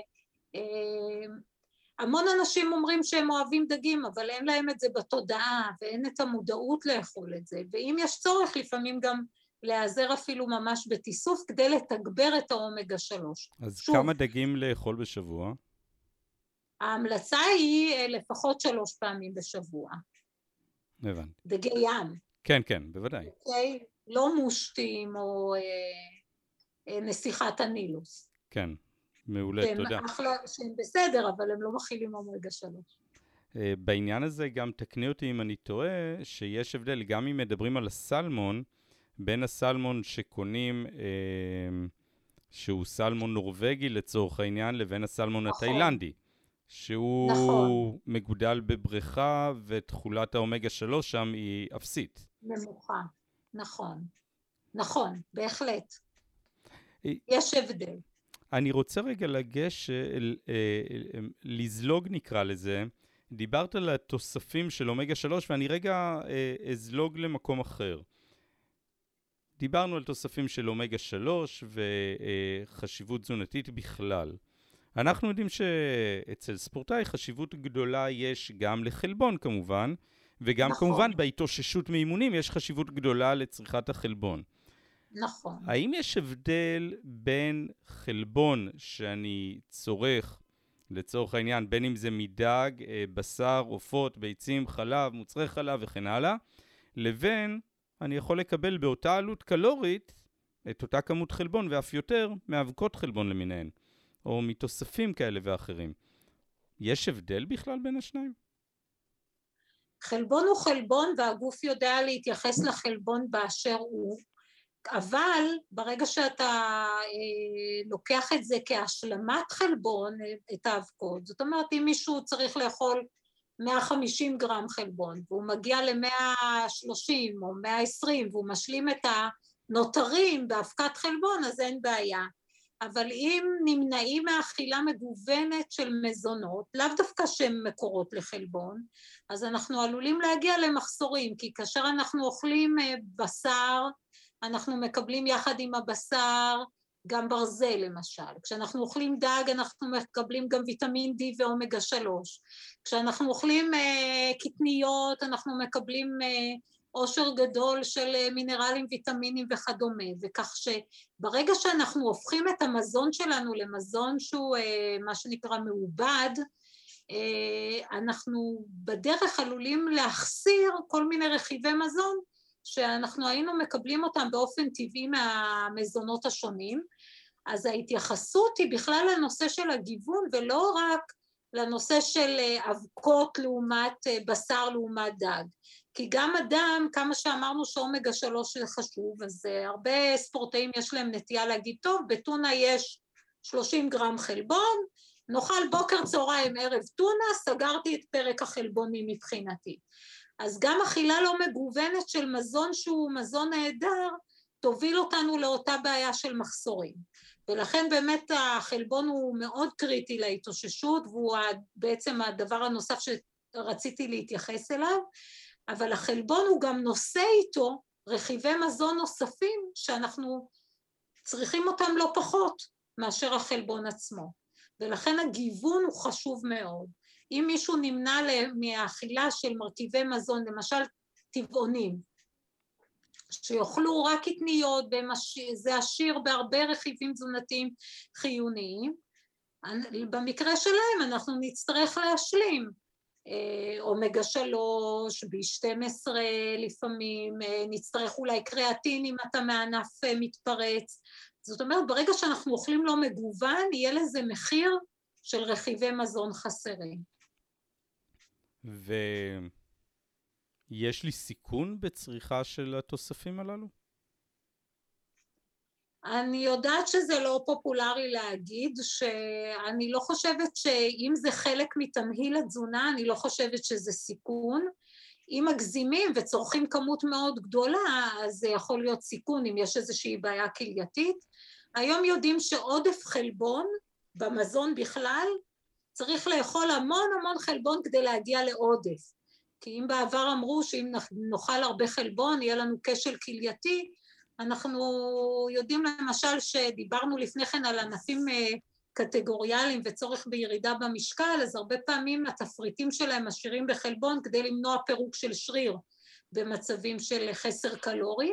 המון אנשים אומרים שהם אוהבים דגים, אבל אין להם את זה בתודעה, ואין את המודעות לאכול את זה, ואם יש צורך לפעמים גם להיעזר אפילו ממש בתיסוף, כדי לתגבר את האומגה 3. אז שוב, כמה דגים לאכול בשבוע? ההמלצה היא לפחות 3 פעמים בשבוע. הבנתי. דגי ים. כן, כן, בוודאי. אוקיי? לא מושטים או נסיכת הנילוס. כן, מעולה, תודה. שהם בסדר, אבל הם לא מכילים אומגה 3. בעניין הזה גם תקני אותי אם אני טועה, שיש הבדל, גם אם מדברים על הסלמון, בין הסלמון שקונים, שהוא סלמון נורווגי לצורך העניין, לבין הסלמון התאילנדי. שהוא נכון. מגודל בבריכה, ותכולת האומגה 3 שם היא אפסית. נמוכה, נכון. נכון, בהחלט. יש הבדל. אני רוצה רגע לזלוג נקרא לזה. דיברת על התוספים של אומגה 3, ואני רגע אזלוג למקום אחר. דיברנו על תוספים של אומגה 3 וחשיבות תזונתית בכלל. אנחנו יודעים שאצל ספורטאי חשיבות גדולה יש גם לחלבון כמובן, וגם נכון. כמובן בהתאוששות מאימונים יש חשיבות גדולה לצריכת החלבון. נכון. האם יש הבדל בין חלבון שאני צורך, לצורך העניין, בין אם זה מדג, בשר, עופות, ביצים, חלב, מוצרי חלב וכן הלאה, לבין אני יכול לקבל באותה עלות קלורית את אותה כמות חלבון ואף יותר מאבקות חלבון למיניהן, או מתוספים כאלה ואחרים. יש הבדל בכלל בין השניים? חלבון הוא חלבון והגוף יודע להתייחס לחלבון באשר הוא, אבל ברגע שאתה לוקח את זה כהשלמת חלבון, את האבקות, זאת אומרת אם מישהו צריך לאכול 150 גרם חלבון, והוא מגיע ל-130 או 120, והוא משלים את הנותרים באבקת חלבון, אז אין בעיה. אבל אם נמנעים מאכילה מגוונת של מזונות, לאו דווקא שהן מקורות לחלבון, אז אנחנו עלולים להגיע למחסורים, כי כאשר אנחנו אוכלים בשר, אנחנו מקבלים יחד עם הבשר גם ברזל למשל. כשאנחנו אוכלים דג, אנחנו מקבלים גם ויטמין D ואומגה 3. כשאנחנו אוכלים קטניות, אנחנו מקבלים עושר גדול של מינרלים, ויטמינים וכדומה. וכך שברגע שאנחנו הופכים את המזון שלנו למזון שהוא מה שנקרא מעובד, אנחנו בדרך עלולים להחסיר כל מיני רכיבי מזון, שאנחנו היינו מקבלים אותם באופן טבעי מהמזונות השונים, אז ההתייחסות היא בכלל לנושא של הגיוון, ולא רק לנושא של אבקות לעומת בשר לעומת דג. כי גם אדם, כמה שאמרנו שאומגה 3 זה חשוב, אז הרבה ספורטאים יש להם נטייה להגיד, טוב, בטונה יש 30 גרם חלבון, נאכל בוקר צהריים ערב טונה, סגרתי את פרק החלבונים מבחינתי. אז גם אכילה לא מגוונת של מזון שהוא מזון נהדר, תוביל אותנו לאותה בעיה של מחסורים. ולכן באמת החלבון הוא מאוד קריטי להתאוששות, והוא בעצם הדבר הנוסף שרציתי להתייחס אליו, אבל החלבון הוא גם נושא איתו רכיבי מזון נוספים, שאנחנו צריכים אותם לא פחות מאשר החלבון עצמו. ולכן הגיוון הוא חשוב מאוד. אם מישהו נמנע מהאכילה של מרכיבי מזון, למשל טבעונים, שיאכלו רק קטניות, זה עשיר בהרבה רכיבים תזונתיים חיוניים, במקרה שלהם אנחנו נצטרך להשלים אומגה 3, B12 לפעמים, נצטרך אולי קריאטין אם אתה מענף מתפרץ. זאת אומרת, ברגע שאנחנו אוכלים לא מגוון, יהיה לזה מחיר של רכיבי מזון חסרים. ויש לי סיכון בצריכה של התוספים הללו? אני יודעת שזה לא פופולרי להגיד, שאני לא חושבת שאם זה חלק מתמהיל התזונה, אני לא חושבת שזה סיכון. אם מגזימים וצורכים כמות מאוד גדולה, אז זה יכול להיות סיכון אם יש איזושהי בעיה כלייתית. היום יודעים שעודף חלבון במזון בכלל, צריך לאכול המון המון חלבון כדי להגיע לעודף. כי אם בעבר אמרו שאם נאכל הרבה חלבון יהיה לנו כשל כלייתי, אנחנו יודעים למשל שדיברנו לפני כן על ענפים קטגוריאליים וצורך בירידה במשקל, אז הרבה פעמים התפריטים שלהם משאירים בחלבון כדי למנוע פירוק של שריר במצבים של חסר קלורי,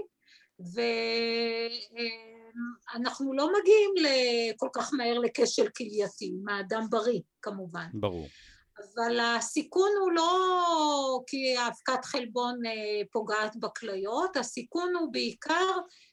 ואנחנו לא מגיעים כל כך מהר לכשל כלייתי, מהאדם בריא כמובן. ברור. אבל הסיכון הוא לא כי האבקת חלבון פוגעת בכליות, הסיכון הוא בעיקר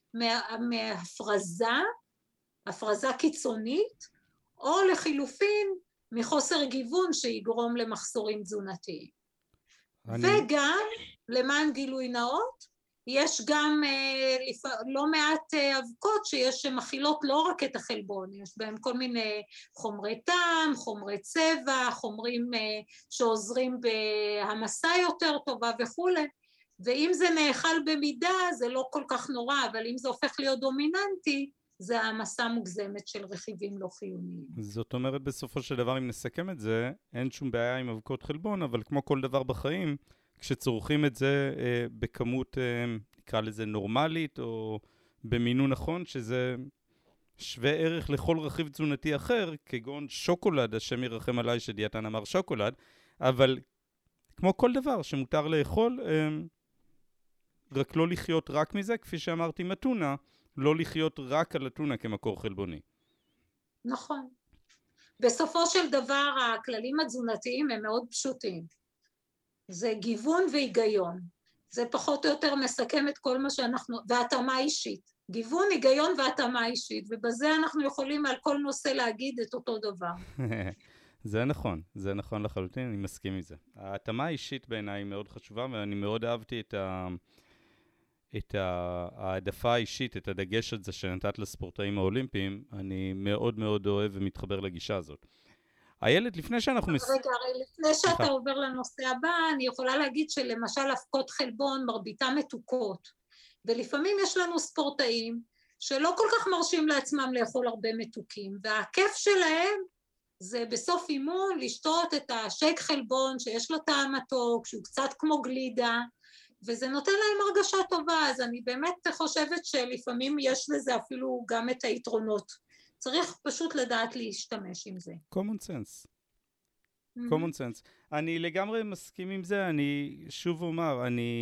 מהפרזה קיצונית, או לחילופין מחוסר גיוון שיגרום למחסורים תזונתיים. וגם, למען גילוי נאות, יש גם לא מעט אבקות שמכילות לא רק את החלבון, יש בהם כל מיני חומרי טעם, חומרי צבע, חומרים שעוזרים בהמסה יותר טובה וכו'. ואם זה נאכל במידה זה לא כל כך נורא, אבל אם זה הופך להיות דומיננטי, זה המסה מוגזמת של רכיבים לא חיוניים. זאת אומרת, בסופו של דבר, אם נסכם את זה, אין שום בעיה עם אבקות חלבון, אבל כמו כל דבר בחיים, כשצורכים את זה בכמות, נקרא לזה נורמלית, או במינון נכון, שזה שווה ערך לכל רכיב תזונתי אחר, כגון שוקולד, השם ירחם עליי שדיאטן אמר שוקולד, אבל כמו כל דבר שמותר לאכול, רק לא לחיות רק מזה, כפי שאמרתי עם הטונה, לא לחיות רק על הטונה כמקור חלבוני. נכון. בסופו של דבר, הכללים התזונתיים הם מאוד פשוטים. זה גיוון והיגיון. זה פחות או יותר מסכם את כל מה שאנחנו, והתאמה אישית. גיוון, היגיון והתאמה אישית, ובזה אנחנו יכולים על כל נושא להגיד את אותו דבר. זה נכון לחלוטין, אני מסכים עם זה. ההתאמה האישית בעיניי היא מאוד חשובה, ואני מאוד אהבתי את העדפה האישית, את הדגש הזה שנתת לספורטאים האולימפיים, אני מאוד מאוד אוהב ומתחבר לגישה הזאת. איילת, לפני שאנחנו... רגע, לפני שאתה עובר לנושא הבא, אני יכולה להגיד שלמשל אבקות חלבון מרביתה מתוקות, ולפעמים יש לנו ספורטאים שלא כל כך מרשים לעצמם לאכול הרבה מתוקים, והכיף שלהם זה בסוף אימון לשתות את השייק חלבון שיש לו טעם מתוק, שהוא קצת כמו גלידה, וזה נותן להם הרגשה טובה, אז אני באמת חושבת שלפעמים יש לזה אפילו גם את היתרונות. צריך פשוט לדעת להשתמש עם זה. common sense. common sense. אני לגמרי מסכים עם זה, אני שוב אומר,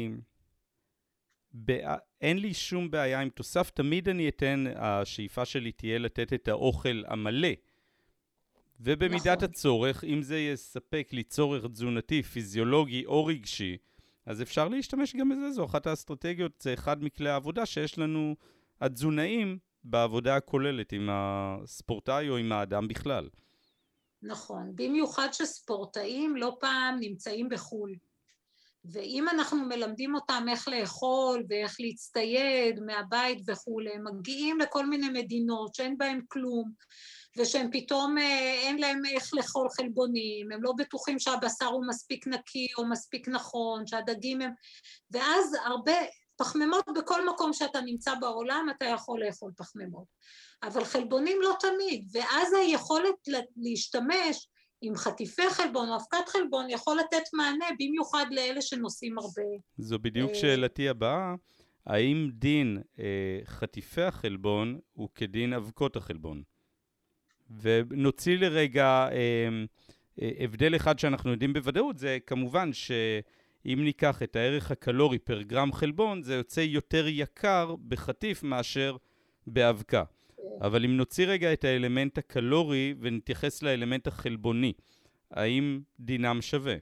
אין לי שום בעיה עם תוסף, תמיד אני אתן, השאיפה שלי תהיה לתת את האוכל המלא, ובמידת הצורך, אם זה יספק לי צורך תזונתי, פיזיולוגי או רגשי, אז אפשר להשתמש גם בזה, זו אחת האסטרטגיות, זה אחד מכלי העבודה שיש לנו התזונאים בעבודה הכוללת עם הספורטאי או עם האדם בכלל. נכון, במיוחד שספורטאים לא פעם נמצאים בחול, ואם אנחנו מלמדים אותם איך לאכול ואיך להצטייד מהבית וכו', הם מגיעים לכל מיני מדינות שאין בהם כלום, ושהם פתאום אין להם איך לאכול חלבונים, הם לא בטוחים שהבשר הוא מספיק נקי או מספיק נכון, שהדגים הם... ואז הרבה פחמימות בכל מקום שאתה נמצא בעולם, אתה יכול לאכול פחמימות. אבל חלבונים לא תמיד, ואז היכולת להשתמש עם חטיפי חלבון או אבקת חלבון יכול לתת מענה, במיוחד לאלה שנושאים הרבה. זו בדיוק שאלתי הבאה, האם דין חטיפי החלבון הוא כדין אבקות החלבון? ונוציא לרגע הבדל אחד שאנחנו יודעים בוודאות, זה כמובן שאם ניקח את הערך הקלורי פר גרם חלבון, זה יוצא יותר יקר בחטיף מאשר באבקה. אבל אם נוציא רגע את האלמנט הקלורי ונתייחס לאלמנט החלבוני, האם דינם שווה?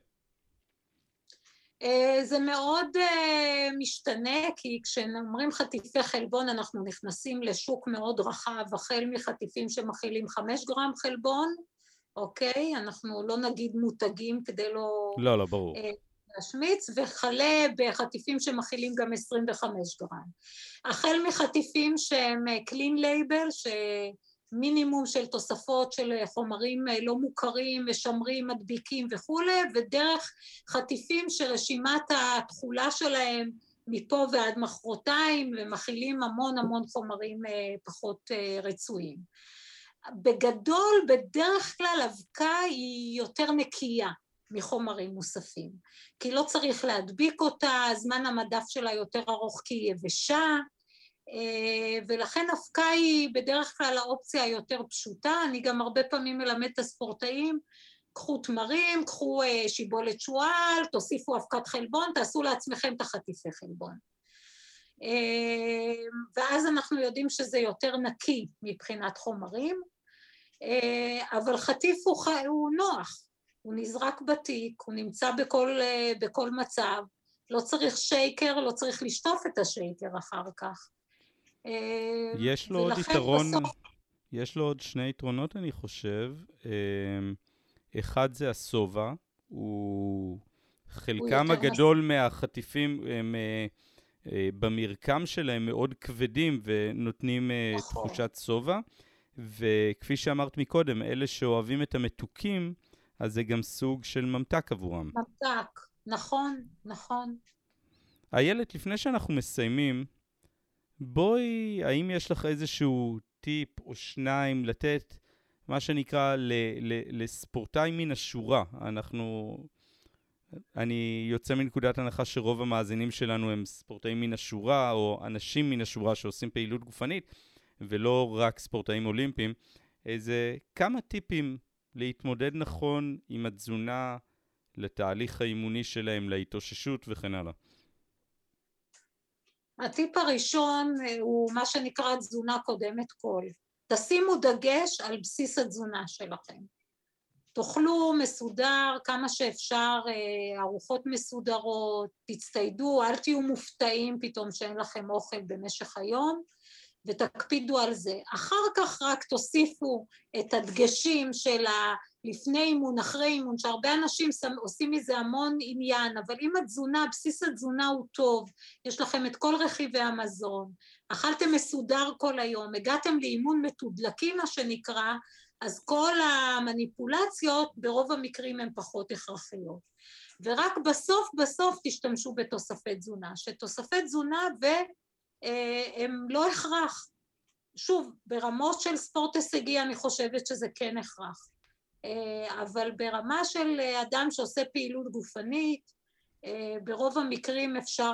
זה מאוד משתנה, כי כשאומרים חטיפי חלבון אנחנו נכנסים לשוק מאוד רחב, החל מחטיפים שמכילים 5 גרם חלבון, אוקיי? אנחנו לא נגיד מותגים כדי לא לא, לא, ברור. להשמיץ, וכלה בחטיפים שמכילים גם 25 גרם. החל מחטיפים שהם clean label, שמינימום של תוספות של חומרים לא מוכרים, משמרים, מדביקים וכולי, ודרך חטיפים שרשימת התכולה שלהם מפה ועד מחרתיים, ומכילים המון המון חומרים פחות רצויים. בגדול, בדרך כלל אבקה היא יותר נקייה מחומרים מוספים, כי לא צריך להדביק אותה, זמן המדף שלה יותר ארוך כי היא יבשה, ולכן אבקה היא בדרך כלל האופציה היותר פשוטה. אני גם הרבה פעמים מלמד את הספורטאים, קחו תמרים, קחו שיבולת שועל, תוסיפו אבקת חלבון, תעשו לעצמכם את החטיפי חלבון. ואז אנחנו יודעים שזה יותר נקי מבחינת חומרים, אבל חטיף הוא נוח, הוא נזרק בתיק, הוא נמצא בכל מצב, לא צריך שייקר, לא צריך לשטוף את השייקר אחר כך. יש לו עוד יתרון, יש לו עוד שני יתרונות אני חושב. אחד זה הסובה, חלקם הגדול מהחטיפים הם במרקם שלהם מאוד כבדים ונותנים תחושת סובה, וכפי שאמרת מקודם, אלה שאוהבים את המתוקים, אז זה גם סוג של ממתק עבורם. ממתק, נכון, נכון. איילת, לפני שאנחנו מסיימים, בואי, האם יש לך איזשהו טיפ או שניים לתת, מה שנקרא, לספורטאי מן השורה? אני יוצא מנקודת הנחה שרוב המאזינים שלנו הם ספורטאים מן השורה, או אנשים מן השורה שעושים פעילות גופנית, ולא רק ספורטאים אולימפיים. כמה טיפים להתמודד נכון עם התזונה, לתהליך האימוני שלהם, להתאוששות וכן הלאה. הטיפ הראשון הוא מה שנקרא תזונה קודמת כל. תשימו דגש על בסיס התזונה שלכם. תאכלו מסודר, כמה שאפשר, ארוחות מסודרות, תצטיידו, אל תהיו מופתעים פתאום שאין לכם אוכל במשך היום, ותקפידו על זה. אחר כך רק תוסיפו את הדגשים של לפני אימון, אחרי אימון, שהרבה אנשים עושים מזה המון עניין, אבל אם התזונה, בסיס התזונה הוא טוב, יש לכם את כל רכיבי המזון, אכלתם מסודר כל היום, הגעתם לאימון מתודלקים מה שנקרא, אז כל המניפולציות ברוב המקרים הן פחות הכרחיות. ורק בסוף תשתמשו בתוספי תזונה, שתוספי תזונה והם לא הכרח. שוב, ברמות של ספורט הישגי אני חושבת שזה כן הכרח. אבל ברמה של אדם שעושה פעילות גופנית, ברוב המקרים אפשר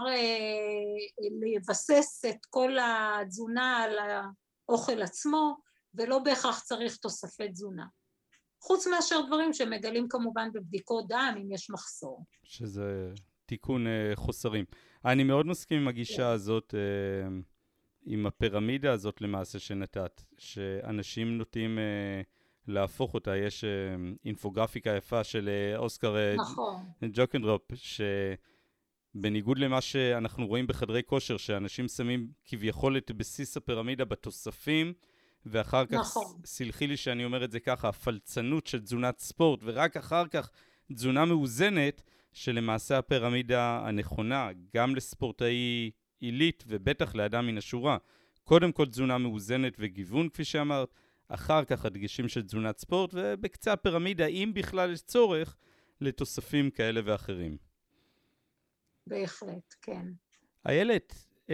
לבסס את כל התזונה על האוכל עצמו, ולא בהכרח צריך תוספי תזונה. חוץ מאשר דברים שמגלים כמובן בבדיקות דם, אם יש מחסור. שזה תיקון חוסרים. אני מאוד מסכים עם הגישה הזאת, עם הפירמידה הזאת למעשה שנתת, שאנשים נוטים להפוך אותה. יש אינפוגרפיקה יפה של אוסקר ג'וקנדרופ, שבניגוד למה שאנחנו רואים בחדרי כושר, שאנשים שמים כביכול את בסיס הפירמידה בתוספים, ואחר כך, סלחי לי שאני אומר את זה ככה, הפלצנות של תזונת ספורט, ורק אחר כך תזונה מאוזנת, שלמעשה הפירמידה הנכונה, גם לספורטאי עילית, ובטח לאדם מן השורה. קודם כל תזונה מאוזנת וגיוון, כפי שאמרת, אחר כך הדגשים של תזונת ספורט, ובקצה הפירמידה, אם בכלל יש צורך, לתוספים כאלה ואחרים. בהחלט, כן. איילת,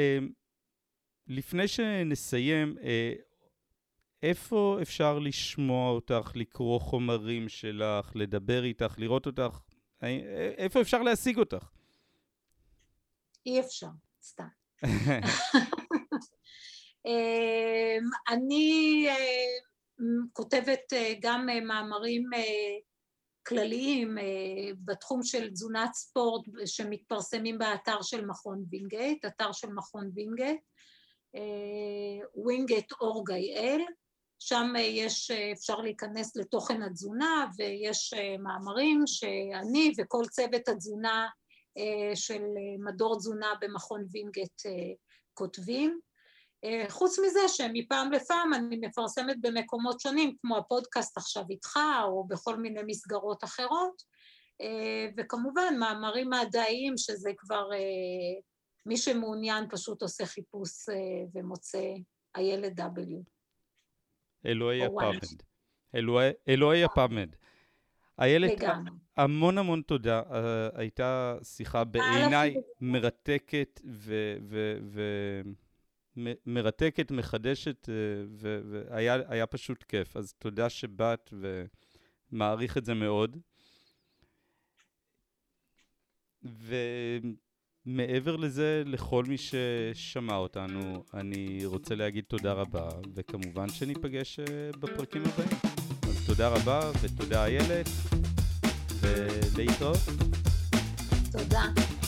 לפני שנסיים, איפה אפשר לשמוע אותך, לקרוא חומרים שלך, לדבר איתך, לראות אותך? איפה אפשר להשיג אותך? אי אפשר, סתם. אני כותבת גם מאמרים כלליים בתחום של תזונת ספורט שמתפרסמים באתר של מכון וינגייט, אתר של מכון וינגייט, wingate.org.il, שם אפשר להיכנס לתוכן התזונה, ויש מאמרים שאני וכל צוות התזונה של מדור תזונה במכון וינגייט כותבים. חוץ מזה שמפעם לפעם אני מפרסמת במקומות שונים, כמו הפודקאסט עכשיו איתך, או בכל מיני מסגרות אחרות, וכמובן מאמרים מדעיים, שזה כבר מי שמעוניין פשוט עושה חיפוש ומוצא הילד W. אלוהי הפאבמד. אלוהי הפאבמד. איילת, המון המון תודה. הייתה שיחה בעיניי מרתקת מרתקת, מחדשת, והיה פשוט כיף. אז תודה שבאת ומעריך את זה מאוד. ומעבר לזה, לכל מי ששמע אותנו, אני רוצה להגיד תודה רבה, וכמובן שניפגש בפרקים הבאים. אז תודה רבה, ותודה איילת, ולהתראות. תודה.